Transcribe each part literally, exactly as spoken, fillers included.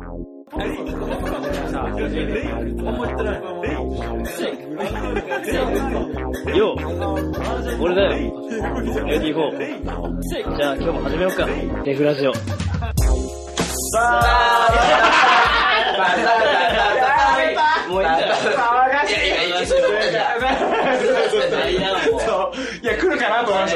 よう、俺だよ。エーディーフォー。じゃあ今日も始めようか。デフラジオ。さあ、もういいんだよ。 いやいやいや、いや来るかなと思いました。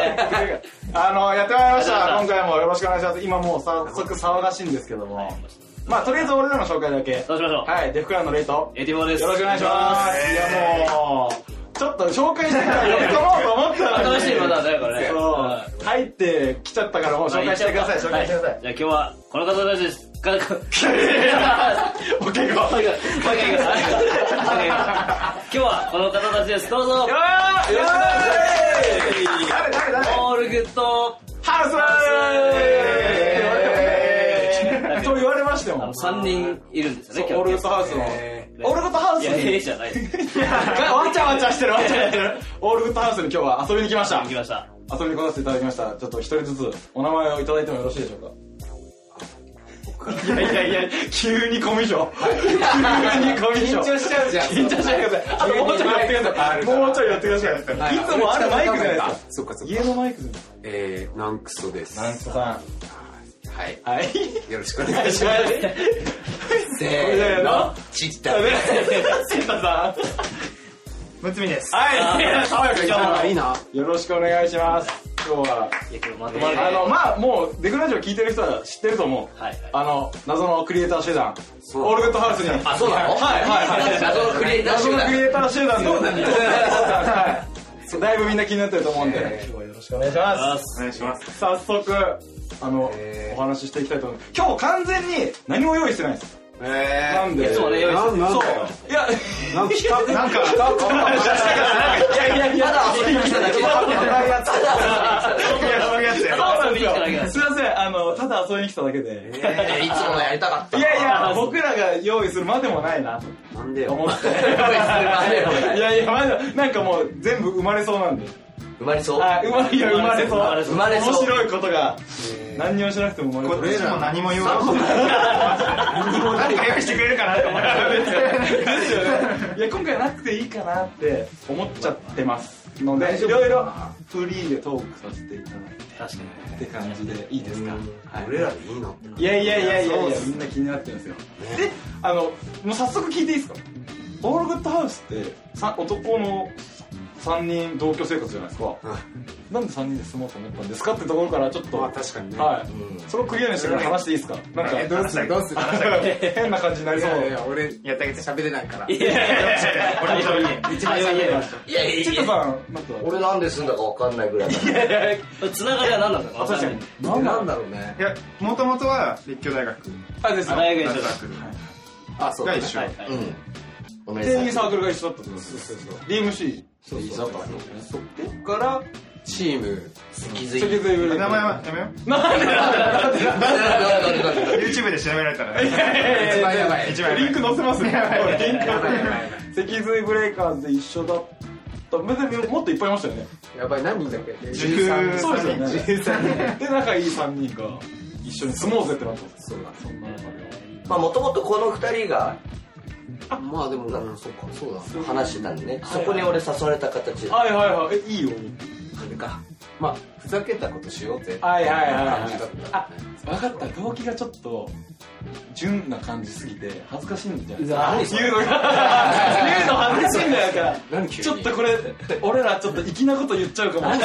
あのやってまいりました。今回もよろしくお願いします。今もう早速騒がしいんですけども。まあとりあえず俺らの紹介だけ。 そうしましょう。 はい、デフクランのレイト。 エーディーフォーです。 よろしくお願いします。いやもうちょっと紹介してから呼び込もうと思ったのに。 新しいパターンだよこれね。 そう。入ってきちゃったからもう紹介してください。紹介してください。 じゃあ今日はこの方たちです。か、か、 オッケーゴー。 今日はこの方たちです。どうぞ。よーし。誰誰誰。 オールグッドハウス。と言われましても。 さんにんいるんですよね。 オールグッドハウスの。オールグッドハウスに。 いや、ええじゃない。 わちゃわちゃしてるわちゃわちゃしてる。オールグッドハウスに今日は遊びに来ました。 来ました。 遊びに来させていただきました。ちょっと一人ずつお名前をいただいてもよろしいでしょうか。いやいやいや、急にコミュ障。急にコミュ障。緊張しちゃうじゃん。緊張しちゃうください。あともうちょいやってください。もうちょいやってください。いつもあるマイクじゃないですか。 そっかそっか。 家のマイクじゃない。 えー、ナンクソです。 ナンクソさん。 はい。 はい。 よろしくお願いします。せーの、ちったね。 センタさん。 むつみです。 はい。爽やかにあ、いいな。 よろしくお願いします。今日は。 いや、今日まとまる。 あの、まあ、もう、デクラジオ聞いてる人は知ってると思う。はい。あの、謎のクリエイター集団。オールグッドハウスに。 あ、そうなの？ はい、はい。 謎のクリエイター集団。 謎のクリエイター集団で。そうなんだ。はい。だいぶみんな気になってると思うんで、今日はよろしくお願いします。 お願いします。 早速、あの、お話ししていきたいと思います。今日完全に何も用意してないんです。 えなんで、 いつもね、用意してる。 そう。いや、 なんか、なんか、 いやいやいや、ただ遊びに来ただけ。ただ遊びに来ただけ。 そういうやつや。 そうなんですよ。すいません、あの、ただ遊びに来ただけで。 いつものやりたかった。 いやいや、僕らが用意するまでもないなと。 なんでよ。 思って。いやいや、まだ、なんかもう全部生まれそうなんで。 生まれそう？ あ、生まれ、いや、生まれそう。 生まれそう。 面白いことが、何にもしなくても生まれそう。 こっちも何も用意してない。何か用意してくれるかなと思って。 ですよね。いや、今回なくていいかなって思っちゃってますので、いろいろフリーでトークさせていただいて。 確かに。 って感じでいいですか？ 俺らでいいの？ いやいやいやいやいや、みんな気になってるんですよ。で、あの、もう早速聞いていいですか？オールグッドハウスってさ男のさんにん同居生活じゃないですか。なんでさんにんで住もうと思ったんですかってところからちょっと、 まあ確かにね。 はい。それをクリアにしてから話していいですか？なんかどうするどうする変な感じになりそう。 いやいや、俺やってあげて喋れないから。 いやいやいや、 俺も一番喋れました。 いやいやいや、 チットさん、なんか。 俺なんで住んだかわかんないぐらい。 いやいやいや、 つながりは何なんだろう。 確かに。 なんだろうね。 いや、もともとは立教大学。 あ、ですよ。 大学一緒だ。 あ、そうが一緒。 うん。 店員サークルが一緒だったってことですか？ ディーエムシー。 そうそう。そこからチーム脊髄ブレイク。 名前はやめよう。 なんでなんでなんで YouTube で調べられたら。 一番やばい。 一番リンク載せますね。リンクやばいやばい。 脊髄ブレイカーズで一緒だった。別にもっといっぱいいましたよね。 やばい、何人だっけ？ じゅうさん。 そうですよね。じゅうさんにん。で、仲いいさんにんが一緒に住もうぜってなったんです。 そうだ。 そんな中で。 まあもともとこの二人がまあでも、そうか、そうだ。 話してたんでね、そこに俺誘われた形で。 はいはいはい。え、いいよ。 それか。まあ、ふざけたことしようぜ。 はいはいはいはい。あ、分かった。動機がちょっと純な感じすぎて恥ずかしいんじゃないですか。言うのが言うの恥ずかしいんだよから。ちょっとこれ俺らちょっと粋なこと言っちゃうかも。感じ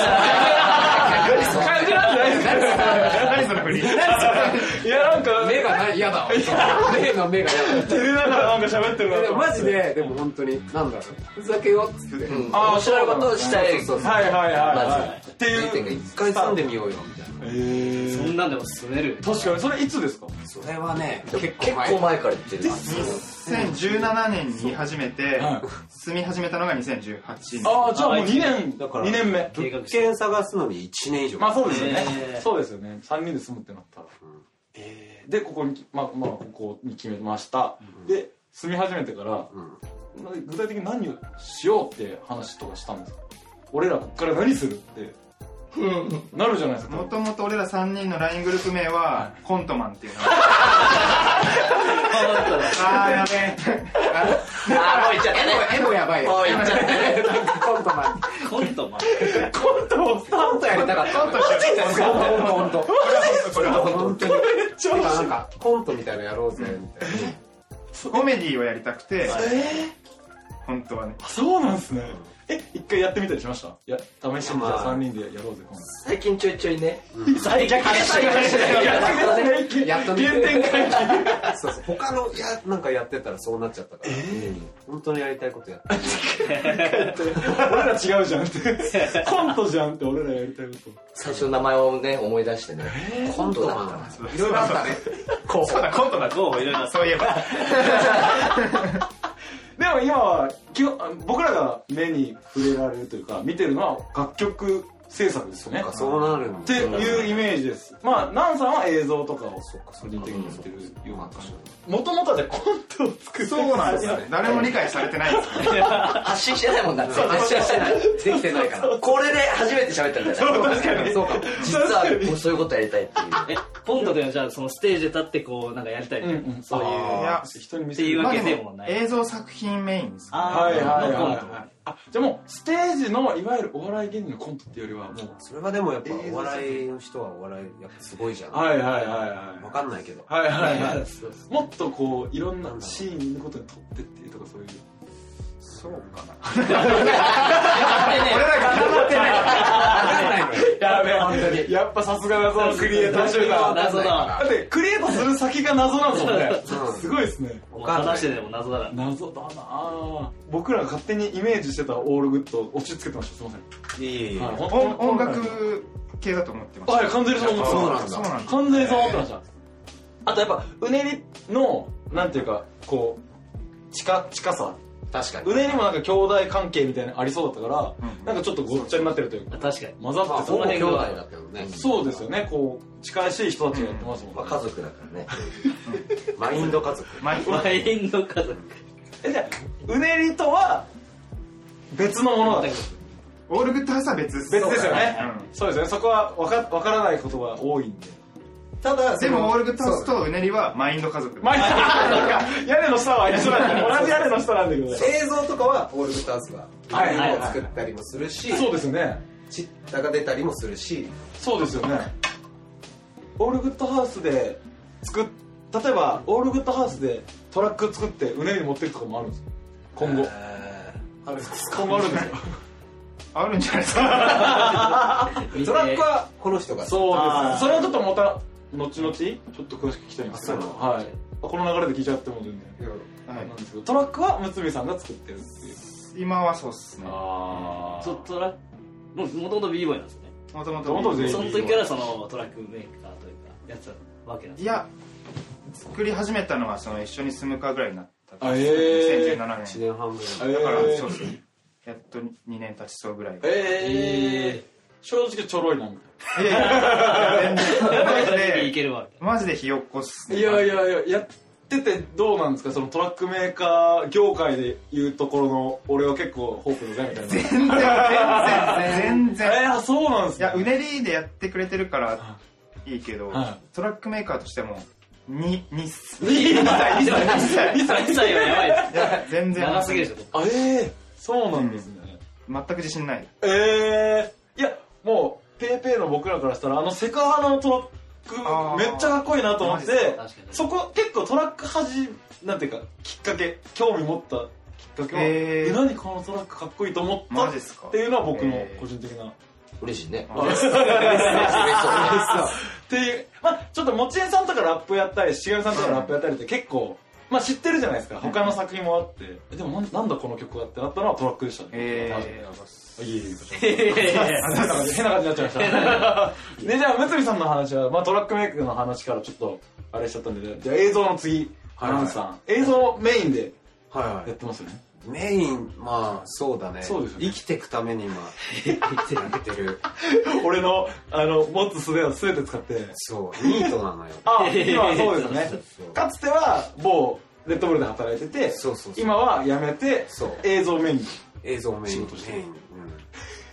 なんじゃないですか。 何その振り。 いやなんか目が嫌だ。目の目が嫌だ。 照れながらなんか喋ってるの。 マジででも本当になんだろう。ふざけようっつって。 面白いことをしたい。 はいはいはい。っていう一回住んでみようよみたいな。 そんなんでも住める。 確かに。それいつですか？ それはね結構前から言ってる。 にせんじゅうななねんに始めて住み始めたのがにせんじゅうはちねん。 ああ、じゃあもうにねんだからにねんめ。 物件探すのにいちねん以上。 まあそうですよね。そうですよね。さんにんで住むってなったら。でここにまあまあここに決めました。で住み始めてから具体的に何をしようって話とかしたんですか？俺らこっから何するってなるじゃないですか。 もともと俺らさんにんの ライン グループ名はコントマンっていうの。 ちゃったね。 絵もやばいよ。 もう言っちゃったね。 コントマン。 コントマン。 コントをスターコントやりたかった。コントしてるんですか？コント。これは本当に。今なんかコントみたいなのやろうぜみたいな。 コメディをやりたくて、本当はね。 そうなんですね。え、一回やってみたりしました？いや、試しにじゃあさんにんでやろうぜ、今度。 最近ちょいちょいね。 最近話してやっと見原点回帰。 そうそう。他のやなんかやってたらそうなっちゃったから。本当にやりたいことやって。 俺ら違うじゃんって。コントじゃんって俺らやりたいこと。 最初の名前をね、思い出してね。 コントだったな。いろいろあったね。 そうだ、コントだ。 候補いろいろ。 そういえば。 でも今は基本僕らが目に触れられるというか見てるのは楽曲制作ですよね。 そうなるんっていうイメージです。まあナンさんは映像とかを個人的にやってるような感じ。もともとでコントを作ってそうなんですよね。誰も理解されてないですよね。 発信してないもんだって。 発信してない。できてないから。 これで初めて喋ったんだよ。 そう確かに。 そうかも。 実はもうそういうことやりたいっていう。 え、コントではじゃあそのステージで立ってこうなんかやりたいみたいな。そういう。 いや、 人に見せるっていうわけでまもない。 あ映像作品メインです。 はいはいはいコント。 はい。あ、じゃあもうステージのいわゆるお笑い芸人のコントっていうよりはもう。 それはでもやっぱお笑いの人はお笑いやっぱすごいじゃん。 はいはいはいはい。 わかんないけど。 はいはいはい。もっとこういろんなシーンのことに撮ってっていうとかそういう。 そうかな。 俺らが黙ってない。 やべえ、やっぱさすが謎のクリエイター集団。 謎だ。 だってクリエイトする先が謎なんですもんね。すごいですね。 話してでも謎だな。 謎だなぁ。僕らが勝手にイメージしてたオールグッド押し付けてました。すいません。 いえいえ。 音音楽系だと思ってました。 はい、完全にそう思ってそうなんました。 そうなんだ。 完全にそう思ってました。あとやっぱうねりのなんていうかこう近近さ。 確かに。 うねりもなんか兄弟関係みたいなのありそうだったから、なんかちょっとごっちゃになってるというか。 確かに。 混ざってほぼ兄弟だけどね。 そうですよね。こう近しい人たちがやってますもんね。 まあ家族だからね。 マインド家族。 マインドマインド家族。 え、じゃあうねりとは別のものだ。 オールグッドハウスは別です。 別ですよね。 うそうですよね。そこはわかわからないことが多いんで。 ただでもオールグッドハウスとうねりはマインド家族。 前に屋根の下は一緒なんだ。同じ屋根の下なんだけどね。 映像とかはオールグッドハウスがはいはいはい映像を作ったりもするし、 そうですよね。 チッタが出たりもするし、 そうですよね。オールグッドハウスで作っ例えばオールグッドハウスでトラック作ってうねりに持っていくとかもあるんですよ。今後。 あるんです今後あるんですよ。 あるんじゃないですか。 トラックはこの人がそうです。それはちょっとまた後々ちょっと詳しく聞きたいんですけど、はい。この流れで聞いちゃっても全然。なんですけど、トラックはむつみさんが作ってるっていう。 今はそうっすね。 あそトラもともと b ボーイなんですよね。 もとももともとその時からそのトラックメーカーというかやってたわけなんですいや、作り始めたのはその一緒に住むかぐらいになったあえーにせんじゅうななねん。 いちねんはんぐらい。 だからえーそうですね。やっとにねん経ちそうぐらい。 ええ正直ちょろいなみたいいやいや、全然。マジいけで、 るわけ。 マジでひよっこっすね。 な。いやいやいや、やっててどうなんですかそのトラックメーカー業界でいうところの俺は結構ホープのねみたいな。 全然、全然、全然。 えー、そうなんですね。 いや、うねりでやってくれてるからいいけど、 はトラックメーカーとしても、に、にっす。 いにさい、にさい、にさい。 一歳はやばいです。 いや、全然。 長すぎるでしょ。 あええそうなんですね。 全く自信ない。 ええいや、もう、ペーペーの僕らからしたら、あのセカハラのトラック、 あーめっちゃかっこいいなと思ってマジ確かに、 そこ結構トラックはじ、なんていうか、きっかけ、興味持ったきっかけは、 えーえ、何このトラックかっこいいと思ったっマジっすかていうのは僕のえー個人的な。 嬉しいね。 っていう、まあちょっともちえさんとかラップやったり、しげるさんとかラップやったりって結構、まあ知ってるじゃないですか、他の作品もあって。えでもなんなんだこの曲はってなったのはトラックでしたね。 えあいえいえ、変な感じ変な感じになっちゃいました。ね、じゃあ、むつみさんの話は、まあトラックメイクの話からちょっと、あれしちゃったんで、じゃあ映像の次、 はいアナウンさん。映像メインではいはいやってますよね。 メイン、まあそうだね。 そうですよね生きていくために今、生きてあげてる。 俺の、あの、持つ術を全て使って。 そう、ニートなのよ。 あ、今はそうですよねそう。 かつては、某、レッドブルで働いてて、 そうそうそう今は辞めてそう、 映像メイン。 映像メイン。 仕事してるメイン。うん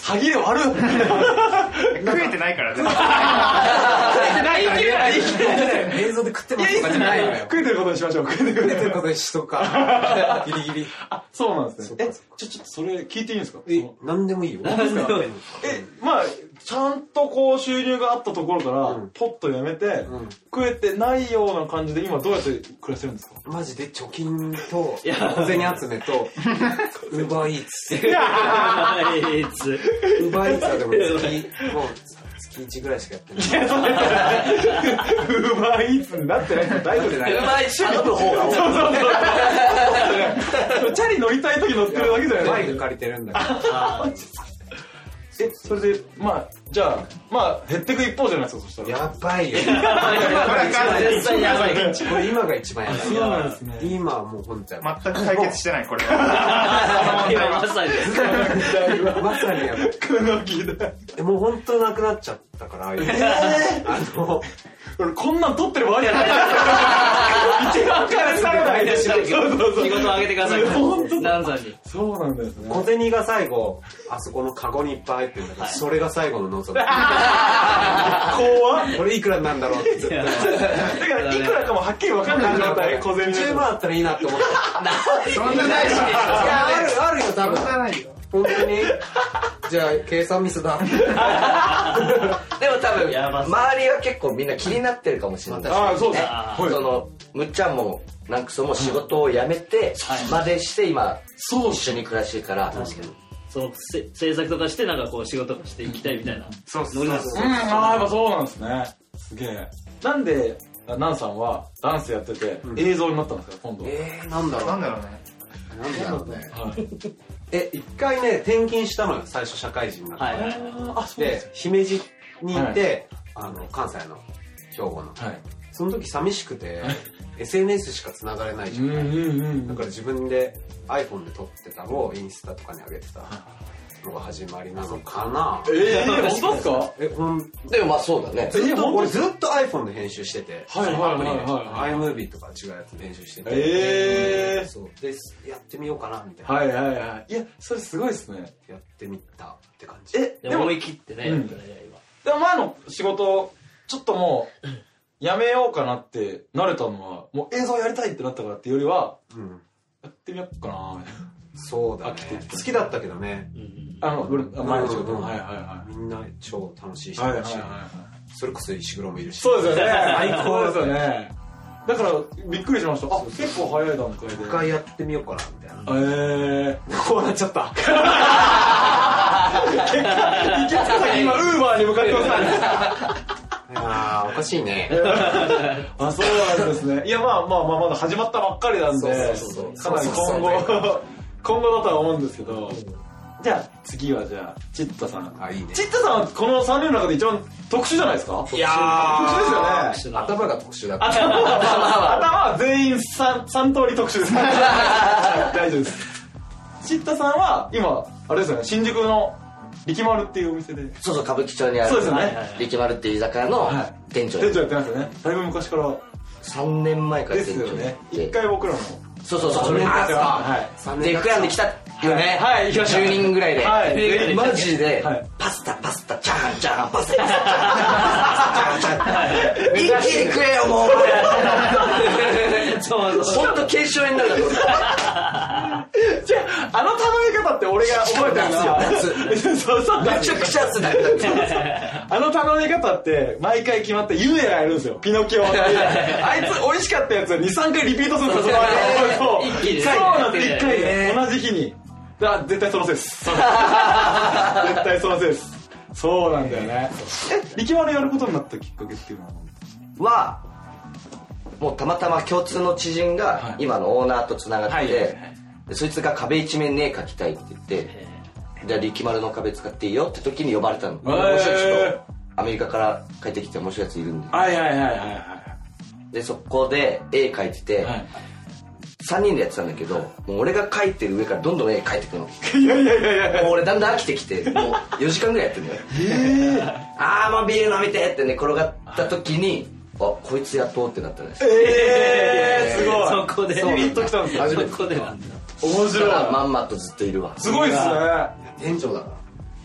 歯切れ悪っ食えてないからね。 ないからね。 映像で食ってますとかじゃないのよ。 食えてることにしましょう。食えてる食えてることにしとくか。ギリギリ。 あ、そうなんですね。え、 そっかちょ、ちょっとそれ聞いていいんですか？ え、なんでもいいよ。 え、まあ、ちゃんとこう収入があったところから、 うんポッとやめて、 うん食えてないような感じで今どうやって暮らしてるんですか？ マジで貯金と、小銭集めと、ウーバーイーツ。 いつ。 ウーバーイーツはでも月、もう月いちぐらいしかやってない。 ウーバーイーツになってないの大丈夫じゃない？ うまい頼む方が多い。 そうそうそう。チャリ乗りたい時乗ってるだけじゃない。 バイク借りてるんだけど。 え、それで、まあ、じゃあ、まあ、減ってく一方じゃないですか、そしたら。 やばいよ。 絶対やばい。 これ今が一番やばい。 そうなんですね。 今はもう本当やばい。 全く解決してない、これは。 今まさに。 まさにやばい。 この木だ。 えもう本当なくなっちゃったから、えあの、 俺こんなん撮ってる場合じゃない。一番金されないでしょ。そうそうそう。 仕事をあげてください。 本当ダンさんに。 そうなんですね。 小銭が最後、あそこのカゴにいっぱい入ってるんだけど、それが最後の望み。 怖っ。 これいくらなんだろうってずっと。 だからいくらかもはっきり分かんない状態、小銭じゅうまんあったらいいなって思って。 そんなないし。いいや、ある、あるよ、多分。 そんなないよ。 本当に。じゃあ、計算ミスだ。 でも多分、 やばそう周りは結構みんな気になってるかもしれない。 ああ、そうねだ。 その、むっちゃんも、なんかその仕事を辞めて、までして今、 そう一緒に暮らしてるから、 確かに。そのせ制作とかしてなんかこう仕事とかしていきたいみたいな。 そうそうノリなんですうん、ああ、やっぱそうなんですね。すげえ。なんで、ナンさんはダンスやってて映像になったんですか、今度。 えー、なんだろう。 なんだろうね。 なんだろうね。 はい。 え、一回ね、転勤したのよ、最初社会人になって。 はいはい。 あ、そうですで、姫路にいて、あの、関西の、兵庫の。 はい。 その時寂しくて、エスエヌエス しか繋がれないじゃん。 うんうんうん。 だから自分で iPhone で撮ってたのをインスタとかに上げてたのが始まりなのかな。 えー、本当ですか？ え、ほん、 でもまあそうだね。 ずっと、 え本当俺ずっと iPhone で編集してて、 はいはいはいはいアプリで iMovie とか違うやつで編集してて、 えー。 そう。で、やってみようかな、みたいな。 はいはいはい。いや、それすごいですね。 やってみたって感じ。 え、でも、 でも思い切ってね、 うんやったね今。 でも前の仕事、ちょっともう、やめようかなってなれたのは、もう映像やりたいってなったからっていうよりは、 うん。 やってみようかなみたいな。 そうだね。好きだったけどね。 うんうんあの、ブル前の仕事うんはいはいはみんな超楽しいい。 人だしはいはいはい、はい。 それこそ石黒もいるし。 そうですよね。 最高ですよね。だから、びっくりしました。あ、結構早い段階で。 一回やってみようかな、みたいな。 えー。 こうなっちゃった。 池塚さん今、ウーバーに向かってますね。 いやー、おかしいね。 あ、そうなんですね。いや、まあまあまあ、まだ始まったばっかりなんで、 そうそうそうかなり今後、今後だとは思うんですけど、じゃあ次はじゃあ、チッタさん。 あ、いいね。 チッタさんはこのさんにんの中で一番特殊じゃないですか？ いや特殊ですよね。 頭が特殊だった。 頭は、頭は全員 3, 3通り特殊です。大丈夫です。チッタさんは今、あれですよね、新宿の力丸っていうお店で。 そうそう、歌舞伎町にある。 そうですよね。 力丸っていう居酒屋のはい店長。 店長やってますよね。だいぶ昔からさんねんまえからです店長やよね。 って。 一回僕らも。 そうそうそう、それあそうはい。 で、膨らんできたよね。 はいじゅうにんぐらいで。 はいマジではい、 パスタ、パスタ、チャーハン、チャーハン、パスタ、パスタ、チャーハン、チャーハン、チャーハン。一気に食えよ、もう。 そうそう。 ほんと軽症になるだろう。 じゃあ、あの頼み方って俺が覚えてるのは、そうそう。 めちゃくちゃ熱だった。 あの頼み方って毎回決まってユーエがやるんですよ。ピノキオの。あいつ美味しかったやつをに、さんかいリピートするんですよ、その間を。 一気にねそうなんです、一回で。同じ日に。だから絶対そのせいです。絶対そのせいです。そうなんだよね。え、力丸やることになったきっかけっていうのはは、もうたまたま共通の知人が今のオーナーとつながってはいて、でそいつが壁一面絵描きたいって言って、じゃあ力丸の壁使っていいよって時に呼ばれたの。 へー面白い人、アメリカから帰ってきて面白いやついるんで。 はいはいはいはいはで、そこで絵描いてて、 い。はい。 さんにんでやってたんだけど、もう俺が描いてる上からどんどん絵描いてくの。 いやいやいやいや。 もう俺だんだん飽きてきて、もうよじかんぐらいやってるんだよ。あーもうビール飲みてってね、転がった時に、あ、こいつ雇おうってなったんです。 えー、すごい。 そこでビビッときたんですよ。 そこでなんだ。 面白い。 まんまとずっといるわ。 すごいっすね。 店長だから。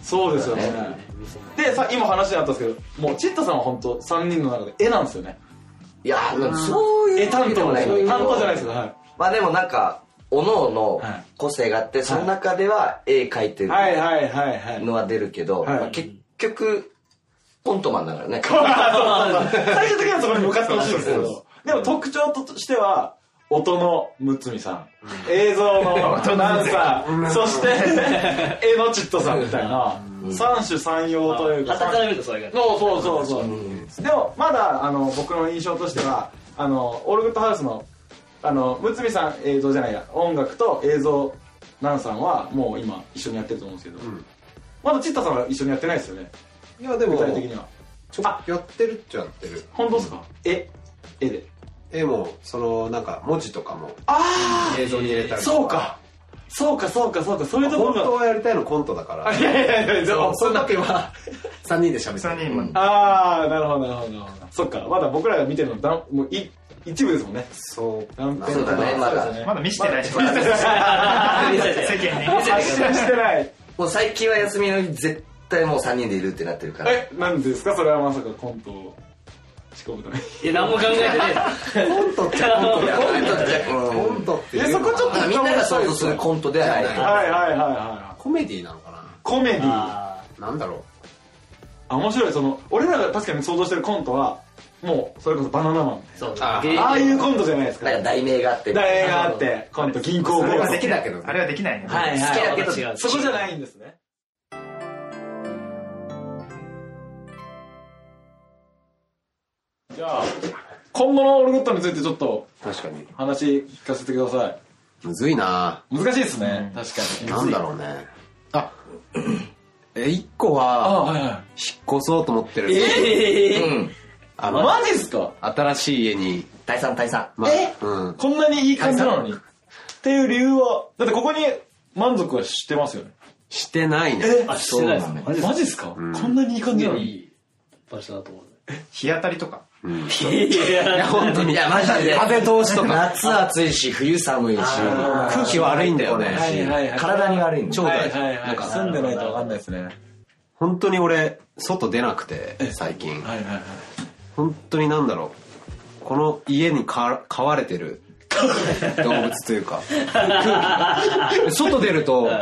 そうですよね。で、さ、今話にあったんですけど、もうチッタさんは本当さんにんの中で絵なんですよね。 いや、そういう絵担当ない担当じゃないですか。はい。 まあでもなんか、おのおの個性があって、その中では絵描いてるのは出るけど、まあ結局、コントマンだからね。 最終的にはそこに向かってほしいんですけど、でも特徴としては、音のむつみさん、映像のナンさん、そして絵のチットさんみたいな三種三様というか、 旗から見るとそういう感じ。そうそうそうそう。でもまだあの僕の印象としては、あのオールグッドハウスのあのむつみさん映像じゃないや、音楽と映像ナンさんはもう今一緒にやってると思うんですけど、まだチッタさんは一緒にやってないですよね。 いやでも具体的にはちょやってるっちゃやってる。 本当ですか？絵絵で絵もそのなんか文字とかもあ映像に入れたりとか。 そうかそうかそうかそうか、そういうところが本当はやりたいのコントだから。 いやいやいや、でもその時はさんにんで喋ってさんにんも。 ああ、なるほどなるほどなるほど。そっか、まだ僕らが見てるのだんもうい一部ですもんね。 そう断片そうだね、まだまだ見せてないし、世間に発信してない。 もう最近は休みの日絶対もうさんにんでいるってなってるから。 え、なんでですか？それはまさかコントを仕込むために。 いや、何も考えてないコントってコントいやコントってコントっていういや、そこちょっとみんなが想像するコントではない。 はいはいはいはコメディなのかい。コメディー。 あななんだろう。 あ、面白い。その俺らが確かに想像してるコントはもうそれこそバナナマン。 そうあああいうコントじゃないですか。 なんか題名があって。 題名があってコント銀行強盗。 それはできないけど。 あれはできないね。 はいはい。 好きだけど違うそこじゃないんですね。じゃあ今後のオールグッドについてちょっと確かに。 話聞かせてください。 むずいな。 難しいですね。確かに。 なんだろうね。あ、え、一個あ、 は、 はいはい。 引っ越そうと思ってる。 ええうん。 あの、 マジっすか？ 新しい家に、 第三第三。 まえうん。 こんなにいい感じなのに。っていう理由は、だってここに満足はしてますよね。 してないね。 えあ、してないですね。 マジっすか？こんんなにいい感じなのに。 いい場所だと思う。 日当たりとか。 うん。 いいや、本当に。いや、マジで。 風通しとか。 夏暑いし、冬寒いし。 空気悪いんだよね。 はいはいはい。 体に悪いんだ超大事。 はいはいはい。 なんか、 住んでないとわかんないですね。 本当に俺、外出なくて、最近。 はいはいはい。 本当になんだろう。この家にか飼われてる動物というか。外出ると、うわ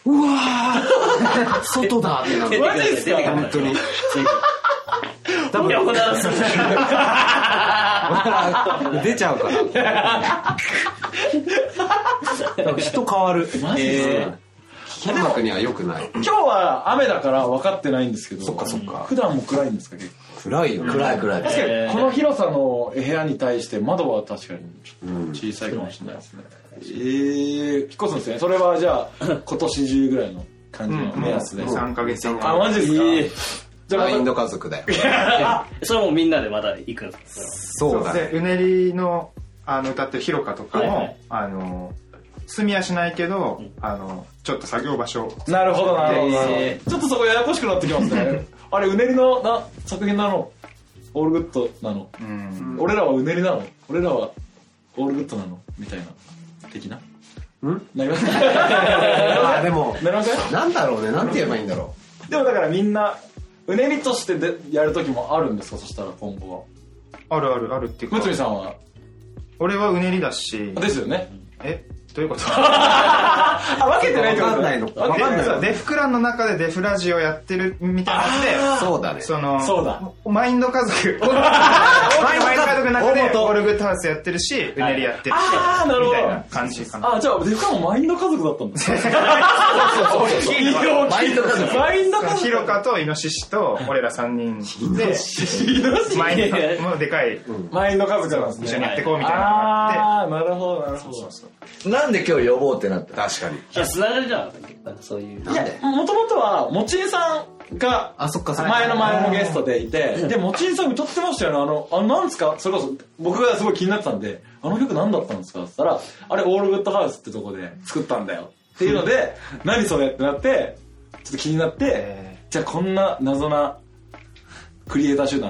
ー外だってなる。 マジっすか？ 本当に。多分いや、ほんならそう出ちゃうから多分人変わる。 マジっすか？ 筋膜には良くない。 今日は雨だから分かってないんですけど。 そっかそっか。 普段も暗いんですか？結構。 暗いよね。 暗い暗い。 確かにこの広さの部屋に対して窓は確かにちょっと小さいかもしれないですね。えー、引っ越すんですね。それはじゃあ今年中ぐらいの感じの目安で。 さんかげつ以内。 あ、マジですか？じゃあマインド家族だよ。 それはもうみんなでまだ行くんですか？ そうだね。 でうねりのあの歌ってるひろかとかもあの住みはしないけどあのちょっと作業場所。 なるほどなるほど。 えちょっとそこややこしくなってきますね。あれうねりのな作品なの？オールグッドなの？ うん。 俺らはうねりなの？俺らはオールグッドなの？みたいな的な。 んなりますね。 あ、でも、 なりません？ なんだろうね。なんて言えばいいんだろでもだからみんなうねりとしてでやる時もあるんですか？そしたら今後は。 あるあるあるっていうか。 むつみさんは俺はうねりだし。 ですよね。 えどういうこと？ あ、分けてないってことわかんないのか分けてない。 そうデフクランの中でデフラジオやってるみたいなやう。そうだね。 つで、その、 そうだマインド家族、マインド家族の中でオルグッドハウスやってるし、うねりやってるし、 あーなるほどみたいな感じかな。 あ、じゃあデフカもマインド家族だったんですか？ マインド家族。 マインド家族。 ヒロカとイノシシと俺らさんにんで、マインドもうでかい、 マインド家族なんですね。 一緒にやってこうみたいなのがあって、 あー、なるほどなるほど。 なんで今日呼ぼうってなった？ 確かに。 いや、つながりじゃなかったっけ？なんかそういう。 いや、もともとはもちんさんがあ、そっかそっか。 前の前のゲストでいて、でもちんさん歌ってましたよね。あの、あのなんですか？それこそ僕がすごい気になってたんで、あの曲何だったんですか？って言ったら、あれオールグッドハウスってとこで作ったんだよっていうので、何それってなってちょっと気になって、じゃあこんな謎なクリエイター集団教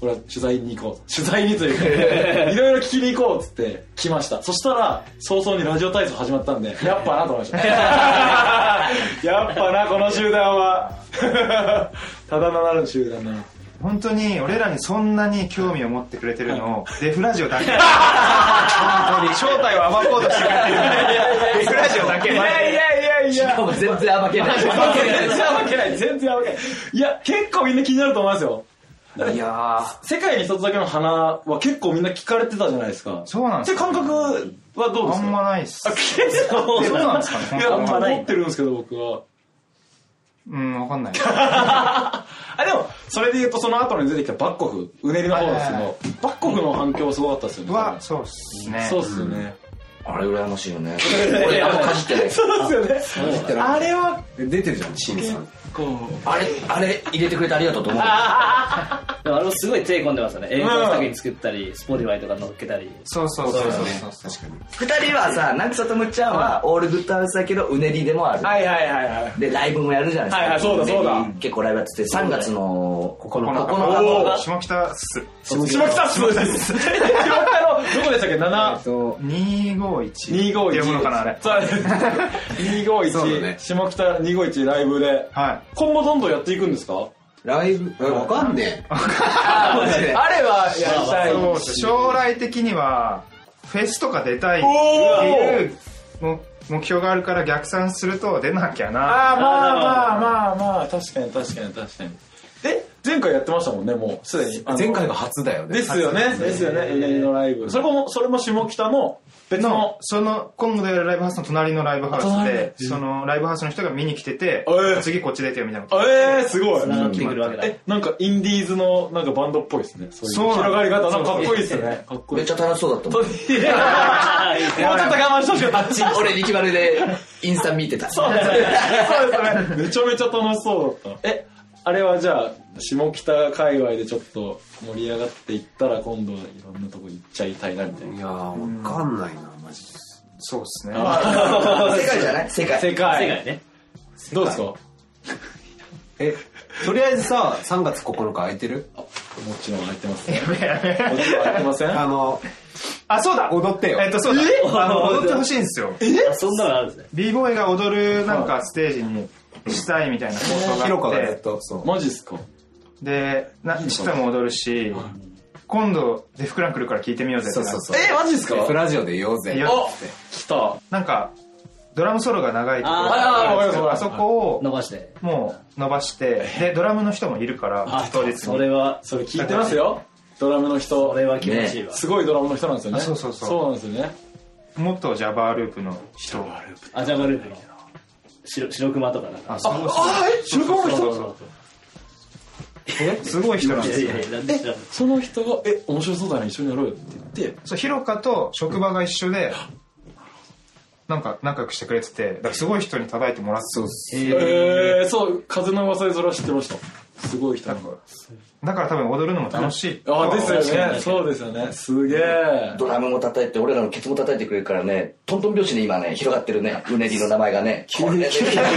これは取材に行こう取材にというかいろいろ聞きに行こうっつって来ました。そしたら早々にラジオ体操始まったんでやっぱなと思いましたやっぱなこの集団はただならぬ集団な。 本当に俺らにそんなに興味を持ってくれてるのをデフラジオだけ本当に正体を暴こうとしてくれてるデフラジオだけ。いやいやいやいやしかも全然暴けない全然暴けない全然暴けない。いや結構みんな気になると思いますよ。いや世界に一つだけの花は結構みんな聞かれてたじゃないですか。 そうなんですか。 感覚はどうですか。 あんまないっす。 そうなんですかね。 いやあんま持ってるんですけど僕は。 うんわかんないあでもそれで言うとその後に出てきたバッコフうねりの方ですけどバッコフの反響すごかったですよね。 はそうっすね。 そうっすよね。 あれ羨ましいよね。俺あんまかじってない。 そうですよね。あれは出てるじゃんシンさん。 あれあれ入れてくれてありがとうと思う。 でもあれもすごい手込んでますよね。映像作品作ったりスポティファイとか乗っけたり。 そうそうそうそう確かに。 二人はさナクサとむっちゃんはオールグッドハウスだけどうねりでもある。 はいはいはいはい。 でライブもやるじゃないですか。 はいはいそうだそうだ。 結構ライブやっててさんがつのここのここの下北っす。 下北っす。下北のどこでしたっけ。なにごいちにごいちって読むのかなあれ。 にごいち下北にごいちライブで今後どんどんやっていくんですか。 ライブわかんねえ。 あれはやりたい。 そう将来的にはフェスとか出たいっていう目標があるから逆算すると出なきゃな。 あまあまあまあまあ確かに確かに確かに。え前回やってましたもんねもうすでに。 前回が初だよね。 ですよねですよねうねりのライブ。それもそれも下北の別のその今度でやるライブハウスの隣のライブハウスでそのライブハウスの人が見に来てて次こっち出てよみたいなこと。 ええすごい。 えなんかインディーズのなんかバンドっぽいですね。そういう広がり方なんかかっこいいですよね。かっこいい。 めっちゃ楽しそうだったもん。もうちょっと我慢してほしかった。 俺力丸でインスタ見てた。 そうですね。めちゃめちゃ楽しそうだった。えあれはじゃあ下北界隈でちょっと盛り上がっていったら今度いろんなとこ行っちゃいたいなみたいな。 いやーわかんないなマジで。 そうっすね。 世界じゃない世界。 世界。 世界ね。 どうですか。 えとりあえずささんがつここのか空いてる。 もちろん空いてます。やべやべ。もちろん空いてません。 あのあそうだ踊ってよ。 えっとそうだあの踊ってほしいんですよ。 あそんなのあるんですね。 b ボーイが踊るなんかステージにしたいみたいなことがヒロカあってがやっとそうマジっすか。 でなチタも踊るし今度デフクラン来るから聞いてみようぜってなって。 そうそうそう。 えマジっすか。 デフラジオで言おうぜ。 よ来た。 なんかドラムソロが長いところあーあそこを伸ばしてもう伸ばしてでドラムの人もいるから当日にそれはそれ聞いてますよ。ドラムの人。 それは気持ちいいわ。 すごいドラムの人なんですよね。 そうそうそうそうなんですよね。 元ジャバーループの人。 アジャバループの白白熊とかなんか。 あそうそうあえ白熊の人。 そうそうえすごい人なんですよ。 いやいやなんで知らんの。 その人がえ面白そうだね一緒にやろうよって言ってそうヒロカと職場が一緒でなんか仲良くしてくれててだからすごい人に叩いてもらってそうえー、そう風の噂でそれは知ってました。すごい人なんだ。 だから多分踊るのも楽しい。 あですよね。そうですよね。すげえ。 ドラムも叩いて俺らのケツも叩いてくれるからねトントン拍子に今ね広がってるねうねりの名前がね。これね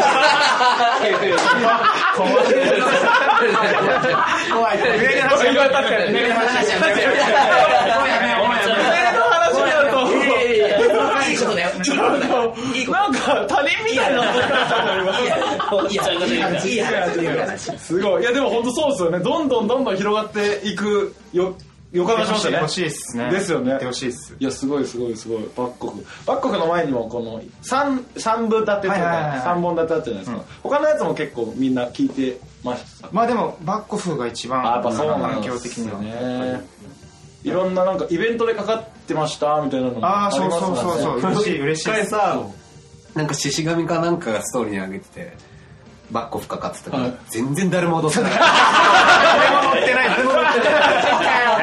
怖い。上に話が確かに上に話がなんか他人みたいな。すごい。いやでも本当そうですよね。どんどんどんどん広がっていくよ予感がしましたね。 欲しいっすね。 ですよね。 欲しいっす。 いやすごいすごいすごい。バッコフバッコフの前にもこの三三部立てとか三本立てあったじゃないですか。他のやつも結構みんな聞いてました。 まあでもバッコフが一番環境的にはね。いろんななんかイベントでかかってましたみたいなのもありますもんね。ああそうそうそう嬉しい嬉しい。 一回さなんか獅子神かなんかがストーリーに上げててバッコフかかってたから全然誰も踊ってない。 誰も踊ってない。誰も踊ってない。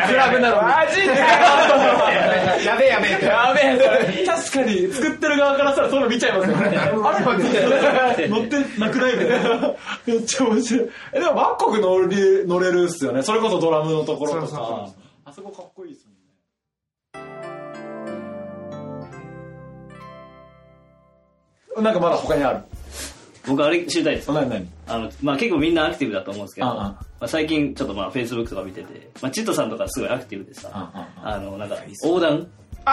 クラブなのマジでやべえやべえやべえ。確かに作ってる側からしたらそういうの見ちゃいますよね。あれ乗ってなくないみたいな。めっちゃ面白い。えでもバッコフ乗り乗れるっすよね。それこそドラムのところとかあそこかっこいいですもんね。なんかまだ他にある。 僕あれ知りたいです。 何何あの、まあ結構みんなアクティブだと思うんですけど、 ああまあ、最近ちょっとまあ Facebook とか見てて、まあチットさんとかすごいアクティブでさ、 あああの、なんか横断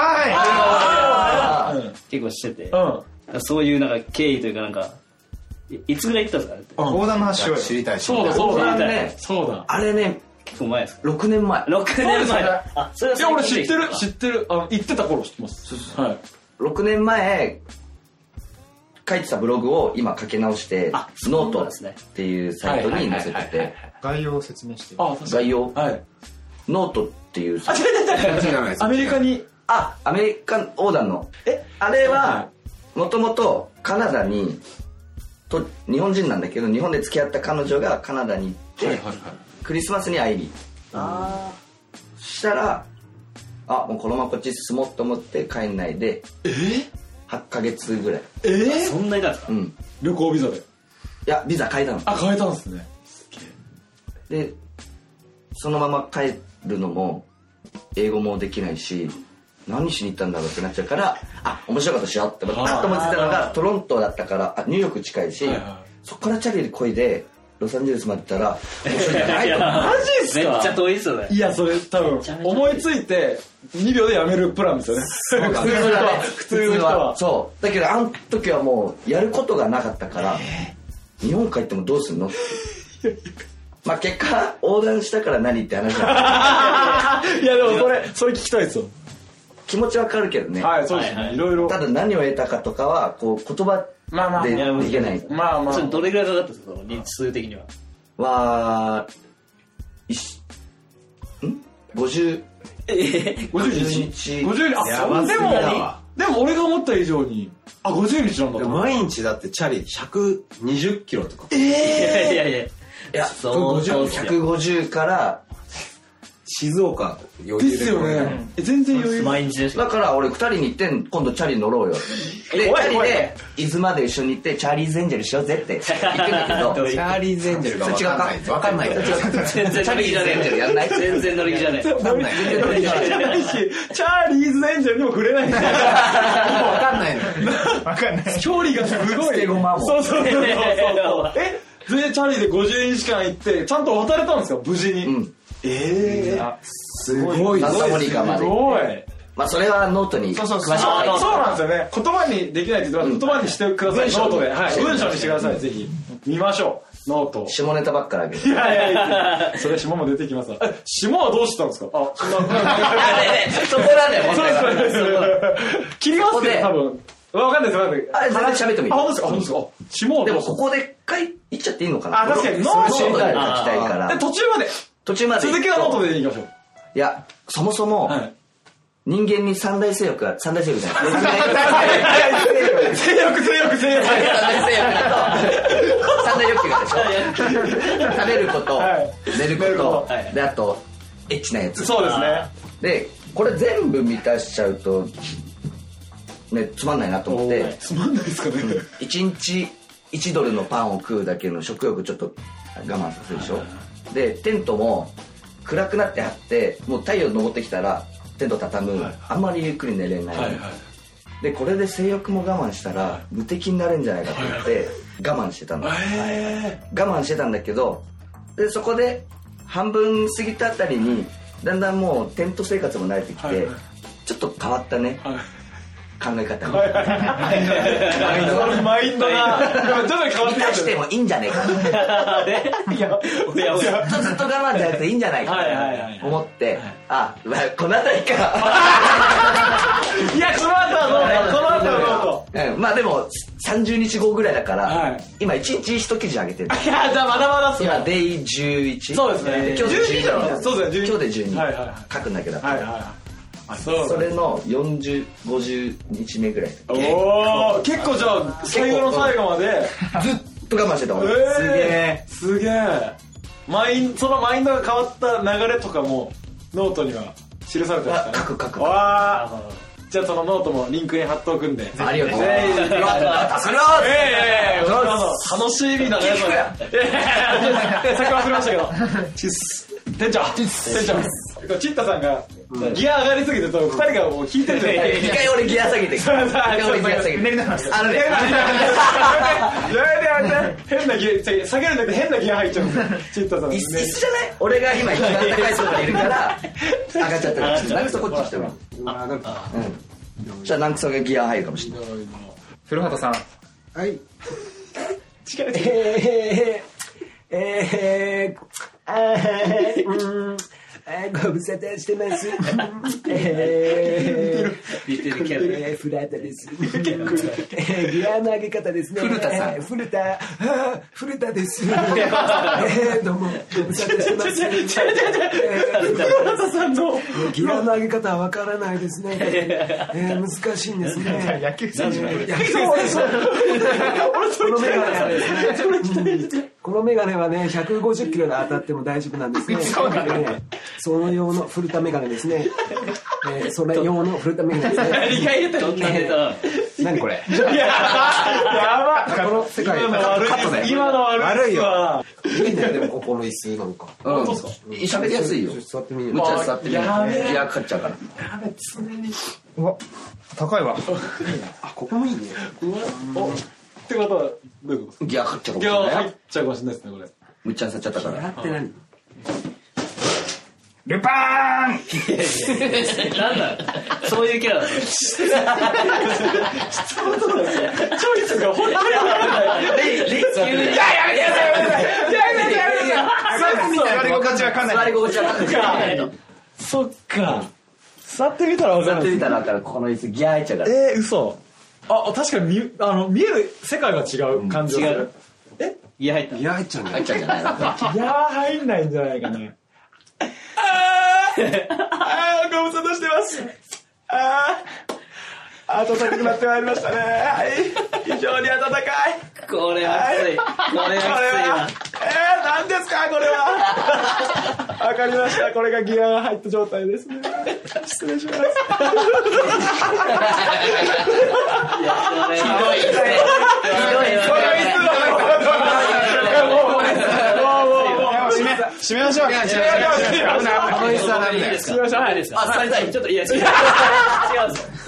は結構してて、 うんそういうなんか経緯というかなんか、いいつぐらい行ったんですかねって。 うん横断の話を知りたいし。 そうだそうだ横断ねそうだあれね結構前ですかろくねんまえろくねんまえ。あ、それはいや俺知ってるる。 知ってるあの行ってた頃知ってますはいろくねんまえ書いてたブログを今書き直してあノートそうなんですねっていうサイトに載せてて概要を説明して。 あ確かに概要はいノートっていうサイトアメリカにあアメリカ横断のえあれはもともとカナダにと日本人なんだけど日本で付き合った彼女がカナダに行って、 はいはいはいクリスマスに会いにあそしたらあもうこのままこっち進もうと思って帰んないでえはちかげつぐらいえー、 えそんないたんですか。 うん旅行ビザでいやビザ変えたのあ変えたんですねでそのまま帰るのも英語もできないし何しに行ったんだろうってなっちゃうからあ面白いことしようってパッと思ってたのがトロントだったからあニューヨーク近いし、 はいはいそこからチャリでこいでロサンゼルスまで行ったら面白いんじゃないと思うマジっすかめっちゃ遠いっすよね。 いやそれ多分思いついてにびょうでやめるプランですよね普通の人は普通の人はそうだけどあの時はもうやることがなかったから日本帰ってもどうすんのってまあ結果横断したから何って話だいやでもそれそれ聞きたいですよ気持ちわかるけどね、 はいそうですはいはいねいろいろただ何を得たかとかはこう言葉まあまあでいやいけないまあまあそれどれぐらいかかったんですか、その日数的には。 は、いしん ?ごじゅう、 えごじゅうに日ちごじゅうにちあやばすぎそんでもだわでも俺が思った以上にあごじゅうにちなんだと思う毎日だってチャリひゃくにじゅっキロとか。 いやいやいや。 いや、 相当っすよひゃくごじゅうから、 静岡余裕ですよねえ全然余裕毎日ですか。 だから俺二人に行ってん今度チャリ乗ろうよ。で、チャリ怖い怖いで伊豆まで一緒に行ってチャーリーズエンジェルしようぜって言ってんだけど、 チャーリーズエンジェルが分かんない。分かんないから。 全然乗り気じゃねチャーリーズエンジェルやんないえ。全然乗り気じゃねえ。 分かんない。 じゃないしチャーリーズエンジェルにも触れないんだよ分かんないのよ。 わかんない。 距離がすごい捨て駒もそうそうそうそうそうえでチャリでごじゅうにちかん行ってちゃんと渡れたんですか無事に、 うん。 ええすごい。 サンタモニカまですごいまあそれはノートにそうそうそう詳しく書いてそうなんですよね言葉にできないって言ってます言葉にしてくださいノートで、はい、文章にしてくださいぜひ見ましょうノート下ネタばっかだけど。 いやいやいやそれ下も出てきますえ下はどうしたんですかあそんなそこなんだよ、 そう本当にですそうです切りますけど多分わかんないですわかんないですあれ全然喋ってもいいあ本当ですか本当ですかあ下はでどうしたもここで書い言っちゃっていいのかなあ確かにノートで書きノートたいからで途中まで途中まで続きはノートでいきましょういやそもそもはい人間に三大性欲が三大性欲じゃない性欲性欲性欲三大性欲だと三大欲求があるでしょ食べること、 はい寝るこ寝ることと、 はいであとエッチなやつそうですねでこれ全部満たしちゃうとねつまんないなと思ってつまんないですかねいちにちいちドルのパンを食うだけの食欲ちょっと我慢させるでしょでテントも暗くなって張ってもう太陽昇ってきたらテント畳む、あんまりゆっくり寝れない、 はいはいでこれで性欲も我慢したら無敵になれるんじゃないかと思って我慢してたの、 へ我慢してたんだけどでそこで半分過ぎたあたりにだんだんもうテント生活も慣れてきて、 はいはいちょっと変わったね、 はい考え方に、 はいはいマインドが徐々に変わって満たしてもいいんじゃねえかなあれいや、おやおや。 ずっとずっと我慢じゃなくていいんじゃないかはいはいはいと思って、あ、まあこの辺りかいやこの後はどうこの後はどううん、まあでもさんじゅうにちごぐらいだから、 はい今いちにちいち記事あげてるいやじゃあまだまだっすよ今デイじゅういちそうですね今日でじゅうにじゃなくてそうですね今日でじゅうに、 はいはいはい書くんだけど、 はいはいはいあそうそれのよんじゅう、ごじゅうにちめぐらいおお結構じゃあ最後の最後までずっと我慢してた俺、 えーすげえすげえマインそのマインドが変わった流れとかもノートには記されてますかねあ書く書くわあじゃあそのノートもリンクに貼っておくんでありがとうござぜひいますぜひそれはええ楽しみだねそれええさっき忘れましたけどチッス店長店長チッタさんがギア上がりすぎてふたりがもう引いてるじゃん。 一回俺ギア下げて一回俺ギア下げてあのね変なギア下げるんだけど変なギア入っちゃうんですよ。チッタさん椅子じゃない俺が今一番高い速度にいるから上がっちゃってる。ナンクソこっち来てもらう。じゃあナンクソがギア入るかもしれない。 古畑さん。 はい。 力えーえーあーうんご無沙汰してます。えー、これ古畑です。ギアの上げ方ですね。 古田さん。 古田、古田です。えー、どうもご無沙汰してます。 古畑さんのギアの上げ方はわからないですね。えー、難しいんですね。 野球選手。 野球選手。このメガネはですね。このメガネはね、ひゃくごじゅっキロで当たっても大丈夫なんですね。その用の古田メガネですね。えー、それ用の古田メガネですね。 何回言ったの？ 何これ？ やばこの世界今の悪いカットで。 今の悪いわ。 いいね、でもここの椅子なんか。 うん。喋りやすいよ。 座ってみる。 むっちゃ座ってみる。ギアかかっちゃうから。 うわ、高いわ。 あ、ここもいいね。 おってことはどういうこと？ ギアかかっちゃうかもギアしれない入っ。ちゃうかもしれないですねこれ。 むっちゃ座っちゃったから。 って何？ ルパーン。 なんだそういうキャラだった。 チョイスが本当にレイ、レイ、急に。 やめてやめてやめてやめて座り心地わかんない。 座り心地わかんない。 そっか座ってみたら分かる。 座ってみたら分かる。この椅子ギア入っちゃうから。 えー、嘘。あ、確かに見あの見える世界が違う感じがする。え？ いや入った。 ギア入っちゃうんだ入っちゃうんじゃないの？ いやー入んないんじゃないかね。あーあーご無沙汰してます。あー暖かくなってまいりましたね。はい非常に暖かい。 これはきつい。これはきついわ。 えー、何ですかこれは。わかりました。これがギアが入った状態ですね。失礼します。 いやこれひどいひどい。 閉めましょう。閉めましょう。この椅子はダメだよ。 閉めましょう。はいですか。あ、座りたい。ちょっといや違う。違うんです。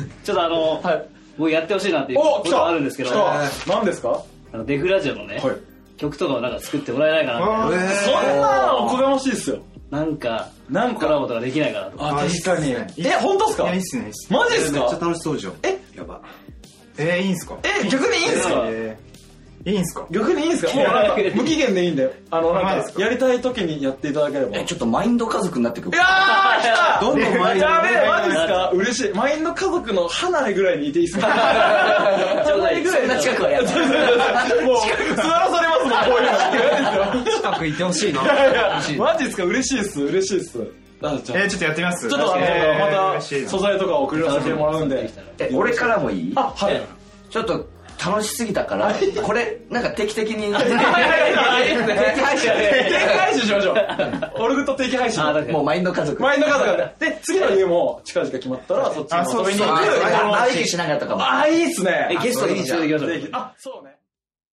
ちょっとあの僕やってほしいなっていうことがあるんですけど。 何ですか？ あのデフラジオのね曲とかをなんか作ってもらえないかなって。 そんなおこがましいですよ。 なんかなんコラボとかできないかなと。 あ、確かに。え、本当ですか？ いいっすね。 マジですか？ めっちゃ楽しそうじゃん。 え、 やば。 えー、いいんすか？ え、逆にいいんですか？ えーいいんすか？ 逆にいいんですか？もうなんか無期限でいいんで、あのなんかマジですかやりたい時にやっていただければ。 え、ちょっとマインド家族になってくる。 いやー来た。 どんどんマインドやべえ、マジですか？嬉しい。マインド家族の離れぐらいにいていいですか？ ちょうどいい。そんな近くはやだ。 もう座らされますもんこういうの。 近くいてほしいな。 いやいやマジですか？嬉しいっす嬉しいっす。あ、じゃあえー、ちょっとやってみます。 ちょっとあのえーま嬉したいな素材とか送らせてもらうんで。 え、俺からもいい？ あ、はい。 ちょっと楽しすぎたからこれなんか定期的に定期定期配信定期配信しましょう。オルグと定期配信。 もうマインド家族マインド家族で次の家も近々決まったらそっちに遊びに行く。 バーベキューしなかったかも。 あ、いいっすね。 え、ゲストに連れてきましょう。 あ、そうね。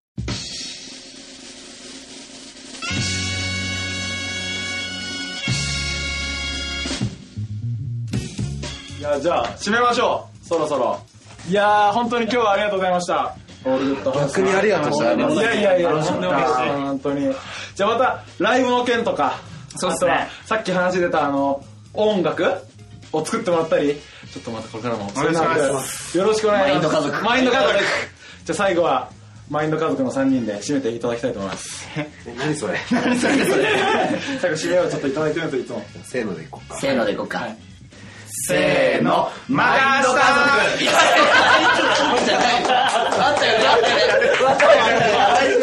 いや、じゃあ締めましょう。そろそろ。いやー本当に今日はありがとうございました。オールグッド逆にありがとうございます。 いやいやいや、 楽しかった本当に。じゃあまたライブの件とか、 そうですね。 あとはさっき話出たあの音楽を作ってもらったり、ちょっとまたこれからもお願いします。 よろしくお願いします。 マインド家族。 マインド家族。じゃあ最後はマインド家族のさんにんで締めていただきたいと思います。 何それ？ 何それ？最後締めをちょっといただいてるといつも。 せーのでいこうか。 せーのでいこうか。 せーの、マガースターあったよね、あったよね。